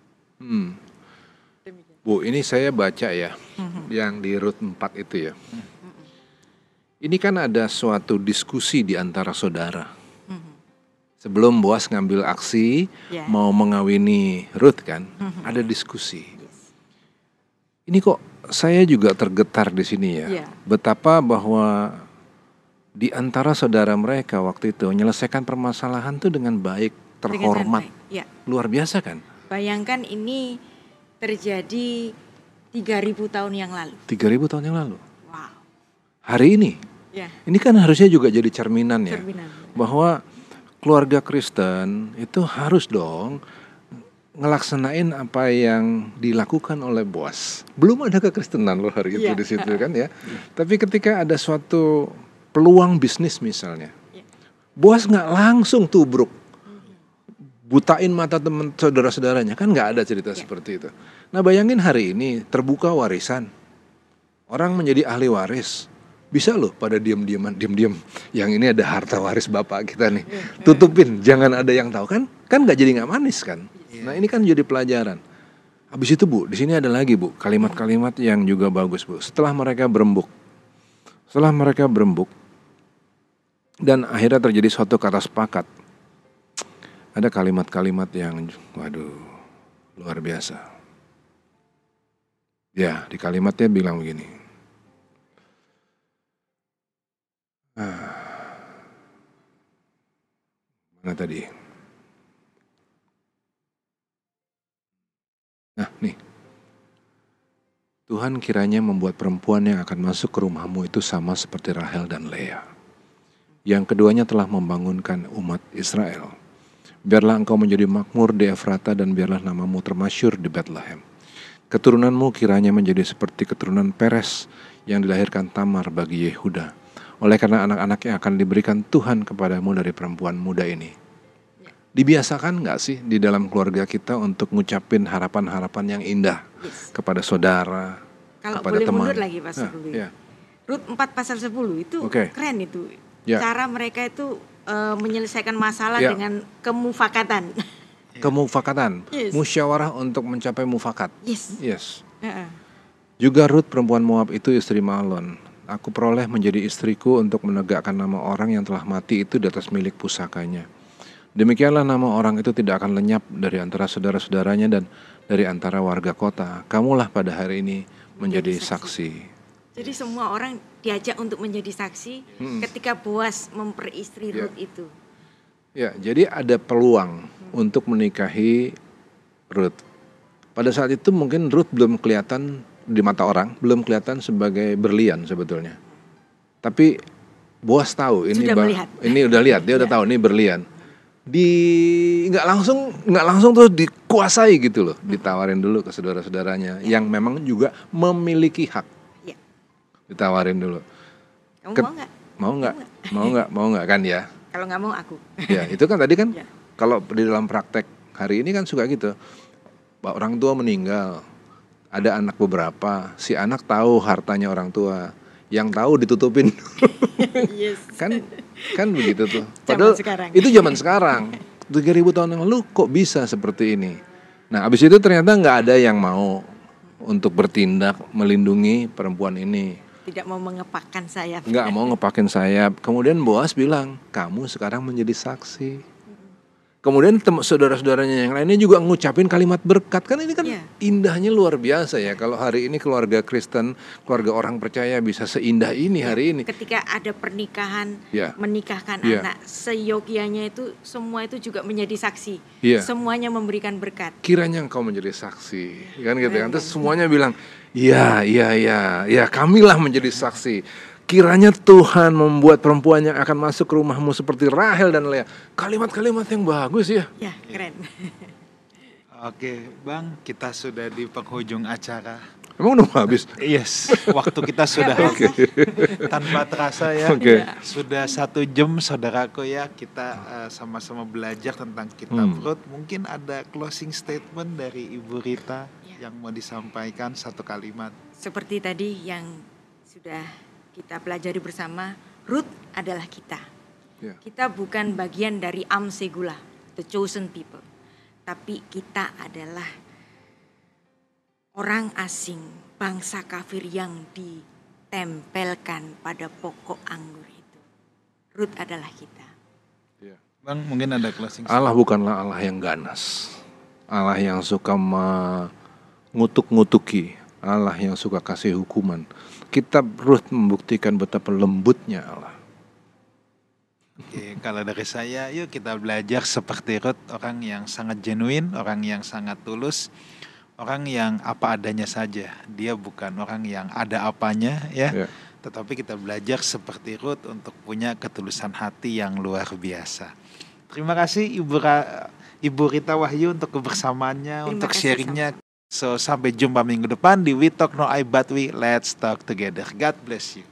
S2: Bu, ini saya baca ya, yang di Rut 4 itu ya. Ini kan ada suatu diskusi di antara saudara. Sebelum Boas ngambil aksi mau mengawini Rut kan, ada diskusi. Ini kok saya juga tergetar di sini ya. Betapa bahwa di antara saudara mereka waktu itu menyelesaikan permasalahan tuh dengan baik, terhormat. Luar biasa kan?
S3: Bayangkan ini terjadi 3.000 tahun yang lalu.
S2: 3.000 tahun yang lalu.
S3: Wow.
S2: Hari ini. Ini kan harusnya juga jadi cerminan ya. Bahwa keluarga Kristen itu harus dong ngelaksanain apa yang dilakukan oleh Boas. Belum ada kekristenan loh hari itu di situ kan ya. Tapi ketika ada suatu peluang bisnis misalnya, Boas nggak langsung tubruk, butain mata teman saudara-saudaranya, kan nggak ada cerita seperti itu. Nah bayangin hari ini terbuka warisan, orang menjadi ahli waris. Bisa loh pada diam-diam, yang ini ada harta waris bapak kita nih, tutupin, jangan ada yang tahu kan nggak jadi nggak manis kan. Nah ini kan jadi pelajaran. Habis itu Bu, di sini ada lagi Bu kalimat-kalimat yang juga bagus Bu. Setelah mereka berembuk dan akhirnya terjadi suatu kata sepakat, ada kalimat-kalimat yang waduh luar biasa. Ya di kalimatnya bilang begini. Mana tadi? Nah nih, Tuhan kiranya membuat perempuan yang akan masuk ke rumahmu itu sama seperti Rahel dan Lea, yang keduanya telah membangunkan umat Israel. Biarlah engkau menjadi makmur di Efrata dan biarlah namamu termasyhur di Betlehem. Keturunanmu kiranya menjadi seperti keturunan Peres yang dilahirkan Tamar bagi Yehuda. Oleh karena anak-anak yang akan diberikan Tuhan kepadamu dari perempuan muda ini. Dibiasakan gak sih di dalam keluarga kita untuk ngucapin harapan-harapan yang indah kepada saudara,
S3: kalau
S2: kepada
S3: boleh
S2: teman.
S3: mundur lagi Pastor Rudi. Rut 4 pasal 10 itu keren itu. Cara mereka itu menyelesaikan masalah dengan kemufakatan.
S2: Kemufakatan, musyawarah untuk mencapai mufakat. Yes. Juga Rut perempuan Moab itu istri Mahlon. Aku peroleh menjadi istriku untuk menegakkan nama orang yang telah mati itu di atas milik pusakanya. Demikianlah nama orang itu tidak akan lenyap dari antara saudara-saudaranya dan dari antara warga kota. Kamulah pada hari ini menjadi saksi.
S3: Jadi semua orang diajak untuk menjadi saksi ketika Boas memperistri Rut itu.
S2: Ya, jadi ada peluang untuk menikahi Rut. Pada saat itu mungkin Rut belum kelihatan di mata orang, belum kelihatan sebagai berlian sebetulnya. Tapi Boas tahu ini
S3: Sudah melihat.
S2: ini udah lihat, dia udah tahu ini berlian. Nggak langsung terus dikuasai gitu loh, ditawarin dulu ke saudara-saudaranya yang memang juga memiliki hak.
S3: Ya.
S2: Ditawarin dulu.
S3: Kamu mau nggak?
S2: Mau nggak kan ya?
S3: Kalau nggak mau aku.
S2: Ya itu kan tadi kan
S3: Ya.
S2: kalau di dalam praktek hari ini kan suka gitu. Orang tua meninggal, ada anak beberapa, si anak tahu hartanya orang tua, yang tahu ditutupin.
S3: Yes.
S2: kan begitu tuh.
S3: Zaman sekarang.
S2: Itu zaman sekarang. 3.000 tahun yang lalu kok bisa seperti ini. Nah, abis itu ternyata nggak ada yang mau untuk bertindak melindungi perempuan ini.
S3: Tidak mau mengepakkan sayap.
S2: Nggak mau ngepakin sayap. Kemudian Boas bilang, kamu sekarang menjadi saksi. Kemudian saudara-saudaranya yang lainnya juga ngucapin kalimat berkat. Kan ini kan indahnya luar biasa ya. Kalau hari ini keluarga Kristen, keluarga orang percaya bisa seindah ini hari ini.
S3: Ketika ada pernikahan,
S2: Ya.
S3: menikahkan
S2: Ya.
S3: anak, seyogianya itu semua itu juga menjadi saksi.
S2: Ya.
S3: Semuanya memberikan berkat.
S2: Kiranya engkau menjadi saksi. Kan gitu kan. Terus semuanya bilang, ya kamilah menjadi saksi. Kiranya Tuhan membuat perempuan yang akan masuk ke rumahmu seperti Rahel dan Lea. Kalimat-kalimat yang bagus ya.
S3: Ya, keren.
S1: Oke, Bang, kita sudah di penghujung acara.
S2: Emang udah mau habis?
S1: Yes, waktu kita sudah tanpa terasa ya.
S2: Oke.
S1: Sudah 1 jam, saudaraku ya. Kita sama-sama belajar tentang kitab Rut. Mungkin ada closing statement dari Ibu Rita yang mau disampaikan, 1 kalimat.
S3: Seperti tadi yang sudah kita pelajari bersama, Rut adalah kita.
S2: Ya.
S3: Kita bukan bagian dari Am Segula, the chosen people. Tapi kita adalah orang asing, bangsa kafir yang ditempelkan pada pokok anggur itu. Rut adalah kita.
S2: Ya.
S1: Bang, mungkin ada closing statement.
S2: Allah bukanlah Allah yang ganas. Allah yang suka mengutuk-ngutuki. Allah yang suka kasih hukuman. Kitab Rut membuktikan betapa lembutnya Allah.
S1: Oke, kalau dari saya, yuk kita belajar seperti Rut, orang yang sangat genuine, orang yang sangat tulus, orang yang apa adanya saja. Dia bukan orang yang ada apanya ya. Tetapi kita belajar seperti Rut untuk punya ketulusan hati yang luar biasa. Terima kasih Ibu Rita Wahyu untuk kebersamaannya, untuk sharingnya. So, sampai jumpa minggu depan di We Talk No I But We Let's Talk Together. God bless you.